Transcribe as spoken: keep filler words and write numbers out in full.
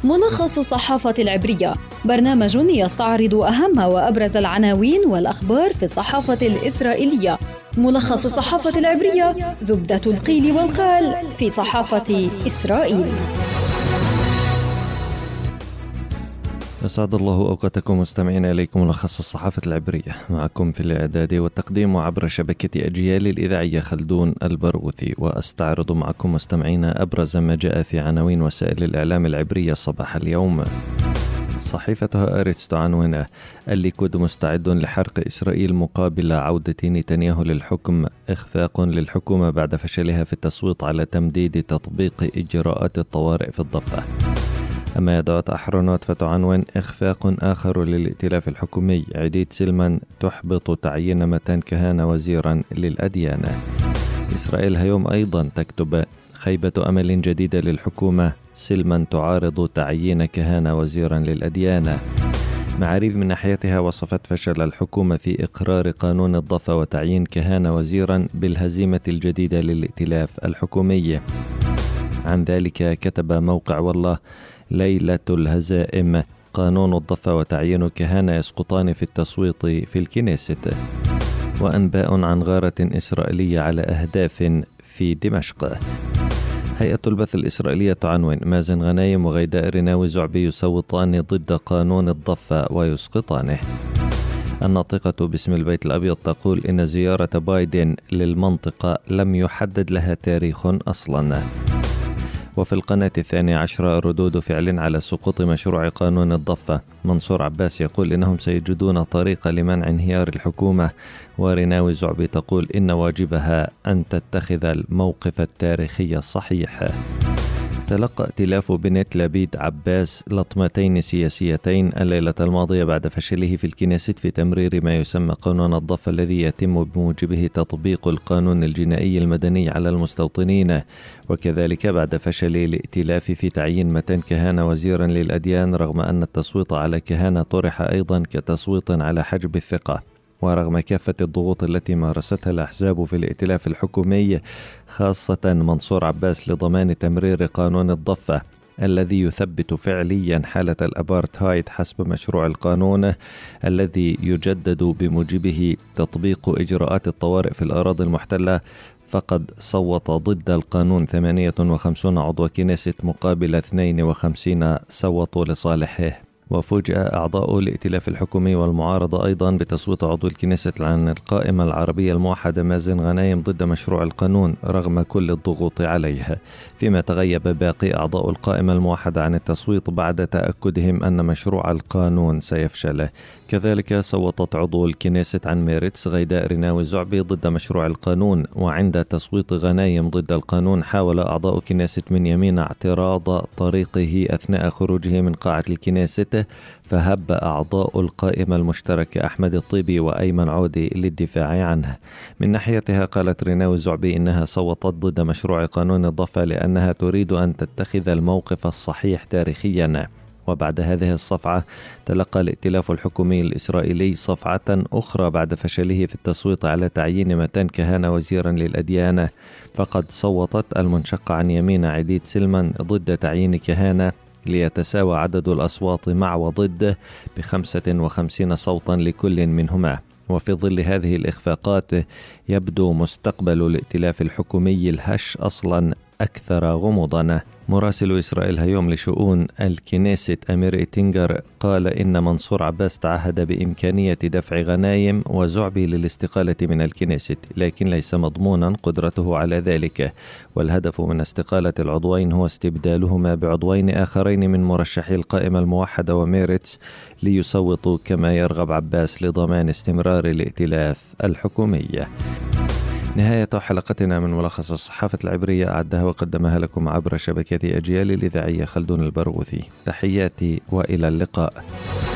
ملخص الصحافة العبرية، برنامج يستعرض أهم وأبرز العناوين والأخبار في الصحافة الإسرائيلية. ملخص الصحافة العبرية، زبدة القيل والقال في صحافة إسرائيل. أسعد الله أوقاتكم مستمعين، إليكم ملخص الصحافة العبرية، معكم في الإعداد والتقديم وعبر شبكة أجيال الإذاعية خلدون البرغوثي، وأستعرض معكم مستمعين أبرز ما جاء في عناوين وسائل الإعلام العبرية صباح اليوم. صحيفة هآرتس تعنون: الليكود مستعد لحرق إسرائيل مقابل عودة نتنياهو للحكم، إخفاق للحكومة بعد فشلها في التصويت على تمديد تطبيق إجراءات الطوارئ في الضفة. أما يدعوت أحرنوت فتعنون: إخفاق آخر للائتلاف الحكومي، عديد سلمان تحبط تعيين متان كهانة وزيرا للأديان. إسرائيل هيوم أيضا تكتب: خيبة أمل جديدة للحكومة، سلمان تعارض تعيين كهانة وزيرا للأديان. معاريف من ناحيتها وصفت فشل الحكومة في إقرار قانون الضفة وتعيين كهانة وزيرا بالهزيمة الجديدة للائتلاف الحكومي. عن ذلك كتب موقع والله: ليلة الهزائم، قانون الضفة وتعيين كهانة يسقطان في التصويت في الكنيست. وأنباء عن غارة إسرائيلية على أهداف في دمشق. هيئة البث الإسرائيلية تعنون: مازن غنايم وغيداء رناوي زعبي يصوتان ضد قانون الضفة ويسقطانه. الناطقة باسم البيت الأبيض تقول إن زيارة بايدن للمنطقة لم يحدد لها تاريخ أصلا. وفي القناة الثانية عشرة: ردود فعل على سقوط مشروع قانون الضفة. منصور عباس يقول إنهم سيجدون طريقة لمنع انهيار الحكومة، ورناوي زعبي تقول إن واجبها أن تتخذ الموقف التاريخي الصحيح. تلقى ائتلاف بنت لبيد عباس لطمتين سياسيتين الليلة الماضية بعد فشله في الكنيست في تمرير ما يسمى قانون الضفة، الذي يتم بموجبه تطبيق القانون الجنائي المدني على المستوطنين، وكذلك بعد فشل الائتلاف في تعيين متان كهانة وزيرا للأديان، رغم أن التصويت على كهانة طرح أيضا كتصويت على حجب الثقة. ورغم كافة الضغوط التي مارستها الأحزاب في الائتلاف الحكومي، خاصة منصور عباس، لضمان تمرير قانون الضفة الذي يثبت فعليا حالة الأبارتهايد حسب مشروع القانون الذي يجدد بموجبه تطبيق إجراءات الطوارئ في الأراضي المحتلة، فقد صوت ضد القانون ثمانية وخمسين عضو كنيست مقابل اثنين وخمسين صوتوا لصالحه. وفوجئ أعضاء الائتلاف الحكومي والمعارضة أيضا بتصويت عضو الكنيست عن القائمة العربية الموحدة مازن غنايم ضد مشروع القانون رغم كل الضغوط عليها، فيما تغيب باقي أعضاء القائمة الموحدة عن التصويت بعد تأكدهم أن مشروع القانون سيفشل. كذلك صوتت عضو الكنيست عن ميرتس غيداء رناوي زعبي ضد مشروع القانون، وعند تصويت غنايم ضد القانون حاول أعضاء كنيست من يمين اعتراض طريقه أثناء خروجه من قاعة الكنيست، فهب أعضاء القائمة المشتركة أحمد الطيبي وأيمن عودي للدفاع عنه. من ناحيتها قالت رناوي زعبي إنها صوتت ضد مشروع قانون الضفة لأنها تريد أن تتخذ الموقف الصحيح تاريخيا. وبعد هذه الصفعة تلقى الائتلاف الحكومي الإسرائيلي صفعة أخرى بعد فشله في التصويت على تعيين متان كهانة وزيرا للأديان، فقد صوتت المنشقة عن يمين عديد سلمان ضد تعيين كهانة، ليتساوى عدد الأصوات مع وضد بخمسة وخمسين صوتا لكل منهما. وفي ظل هذه الإخفاقات يبدو مستقبل الائتلاف الحكومي الهش أصلا أكثر غموضا. مراسل إسرائيل هيوم لشؤون الكنيست أمير إيتنجر قال إن منصور عباس تعهد بإمكانية دفع غنايم وزعبي للاستقالة من الكنيست، لكن ليس مضمونا قدرته على ذلك، والهدف من استقالة العضوين هو استبدالهما بعضوين آخرين من مرشحي القائمة الموحدة وميرتس ليصوتوا كما يرغب عباس لضمان استمرار الائتلاف الحكومي. نهاية حلقتنا من ملخص الصحافة العبرية، أعدها وقدمها لكم عبر شبكة أجيال الإذاعية خلدون البرغوثي. تحياتي وإلى اللقاء.